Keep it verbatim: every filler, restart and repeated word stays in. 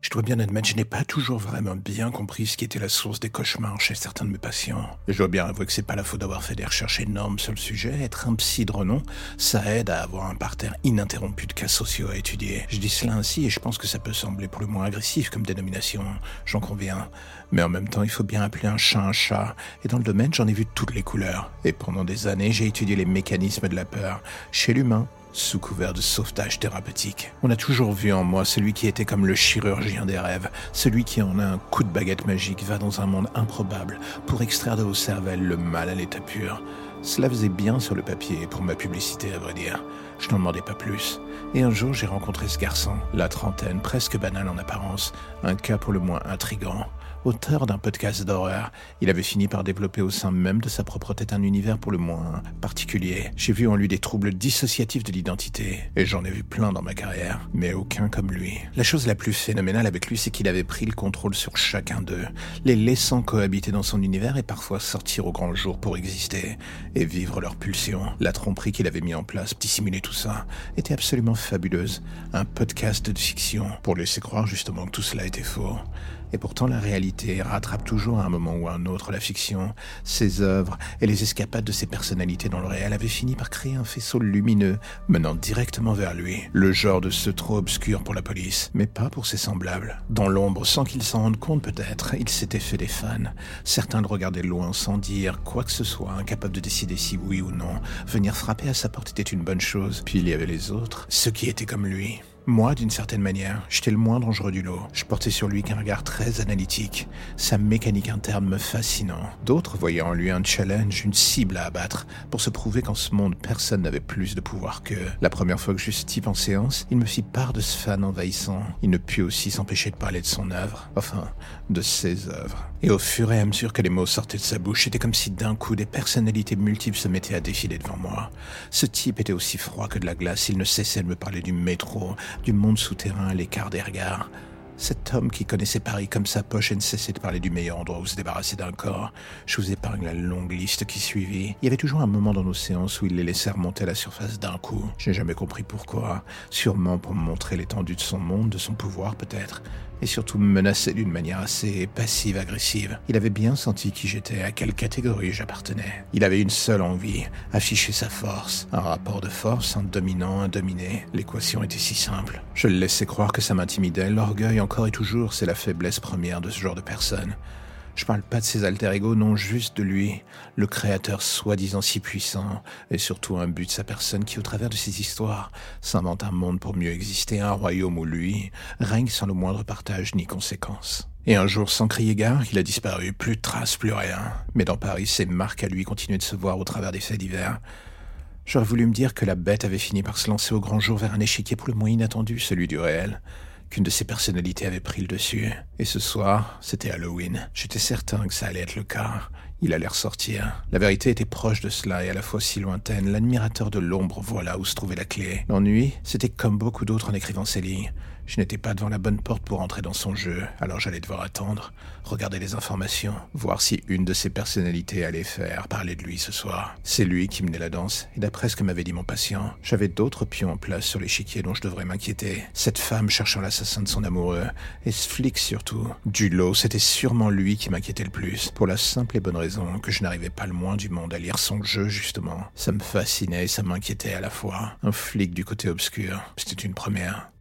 Je dois bien admettre, je n'ai pas toujours vraiment bien compris ce qui était la source des cauchemars chez certains de mes patients. Et je dois bien avouer que c'est pas la faute d'avoir fait des recherches énormes sur le sujet. Être un psy de renom, ça aide à avoir un parterre ininterrompu de cas sociaux à étudier. Je dis cela ainsi et je pense que ça peut sembler pour le moins agressif comme dénomination, j'en conviens. Mais en même temps, il faut bien appeler un chat un chat. Et dans le domaine, j'en ai vu de toutes les couleurs. Et pendant des années, j'ai étudié les mécanismes de la peur chez l'humain, sous couvert de sauvetage thérapeutique. On a toujours vu en moi celui qui était comme le chirurgien des rêves, celui qui en un coup de baguette magique va dans un monde improbable pour extraire de vos cervelles le mal à l'état pur. Cela faisait bien sur le papier pour ma publicité, à vrai dire. Je n'en demandais pas plus. Et un jour, j'ai rencontré ce garçon, la trentaine, presque banal en apparence, un cas pour le moins intrigant. Auteur d'un podcast d'horreur, il avait fini par développer au sein même de sa propre tête un univers pour le moins particulier. J'ai vu en lui des troubles dissociatifs de l'identité, et j'en ai vu plein dans ma carrière, mais aucun comme lui. La chose la plus phénoménale avec lui, c'est qu'il avait pris le contrôle sur chacun d'eux, les laissant cohabiter dans son univers et parfois sortir au grand jour pour exister et vivre leurs pulsions. La tromperie qu'il avait mis en place, dissimuler tout ça, était absolument fabuleuse. Un podcast de fiction, pour laisser croire justement que tout cela était faux. Et pourtant, la réalité rattrape toujours à un moment ou à un autre la fiction. Ses œuvres et les escapades de ses personnalités dans le réel avaient fini par créer un faisceau lumineux menant directement vers lui. Le genre de ceux trop obscurs pour la police, mais pas pour ses semblables. Dans l'ombre, sans qu'il s'en rende compte peut-être, il s'était fait des fans. Certains le regardaient de loin sans dire quoi que ce soit, incapables de décider si oui ou non. Venir frapper à sa porte était une bonne chose. Puis il y avait les autres, ceux qui étaient comme lui. Moi, d'une certaine manière, j'étais le moins dangereux du lot. Je portais sur lui qu'un regard très analytique, sa mécanique interne me fascinant. D'autres voyaient en lui un challenge, une cible à abattre, pour se prouver qu'en ce monde, personne n'avait plus de pouvoir qu'eux. La première fois que j'eus ce type en séance, il me fit part de ce fan envahissant. Il ne put aussi s'empêcher de parler de son œuvre, enfin, de ses œuvres. Et au fur et à mesure que les mots sortaient de sa bouche, c'était comme si d'un coup des personnalités multiples se mettaient à défiler devant moi. Ce type était aussi froid que de la glace, il ne cessait de me parler du métro, du monde souterrain à l'écart des regards. Cet homme qui connaissait Paris comme sa poche et ne cessait de parler du meilleur endroit où se débarrasser d'un corps. Je vous épargne la longue liste qui suivit. Il y avait toujours un moment dans nos séances où il les laissait remonter à la surface d'un coup. Je n'ai jamais compris pourquoi. Sûrement pour me montrer l'étendue de son monde, de son pouvoir peut-être. Et surtout me menacer d'une manière assez passive-agressive. Il avait bien senti qui j'étais, à quelle catégorie j'appartenais. Il avait une seule envie, afficher sa force. Un rapport de force, un dominant, un dominé. L'équation était si simple. Je le laissais croire que ça m'intimidait. L'orgueil, encore et toujours, c'est la faiblesse première de ce genre de personne. Je parle pas de ses alter ego, non, juste de lui, le créateur soi-disant si puissant, et surtout un but de sa personne qui, au travers de ses histoires, s'invente un monde pour mieux exister, un royaume où lui règne sans le moindre partage ni conséquence. Et un jour, sans crier gare, il a disparu, plus de traces, plus rien. Mais dans Paris, ses marques à lui continuaient de se voir au travers des faits divers. J'aurais voulu me dire que la bête avait fini par se lancer au grand jour vers un échiquier pour le moins inattendu, celui du réel. Qu'une de ses personnalités avait pris le dessus. Et ce soir, c'était Halloween. J'étais certain que ça allait être le cas. Il allait ressortir. La vérité était proche de cela et à la fois si lointaine. L'admirateur de l'ombre, voilà où se trouvait la clé. L'ennui, c'était comme beaucoup d'autres en écrivant ces lignes. Je n'étais pas devant la bonne porte pour entrer dans son jeu, alors j'allais devoir attendre, regarder les informations, voir si une de ses personnalités allait faire parler de lui ce soir. C'est lui qui menait la danse, et d'après ce que m'avait dit mon patient, j'avais d'autres pions en place sur l'échiquier dont je devrais m'inquiéter. Cette femme cherchant l'assassin de son amoureux, et ce flic surtout. Du lot, c'était sûrement lui qui m'inquiétait le plus, pour la simple et bonne raison que je n'arrivais pas le moins du monde à lire son jeu justement. Ça me fascinait et ça m'inquiétait à la fois. Un flic du côté obscur, c'était une première.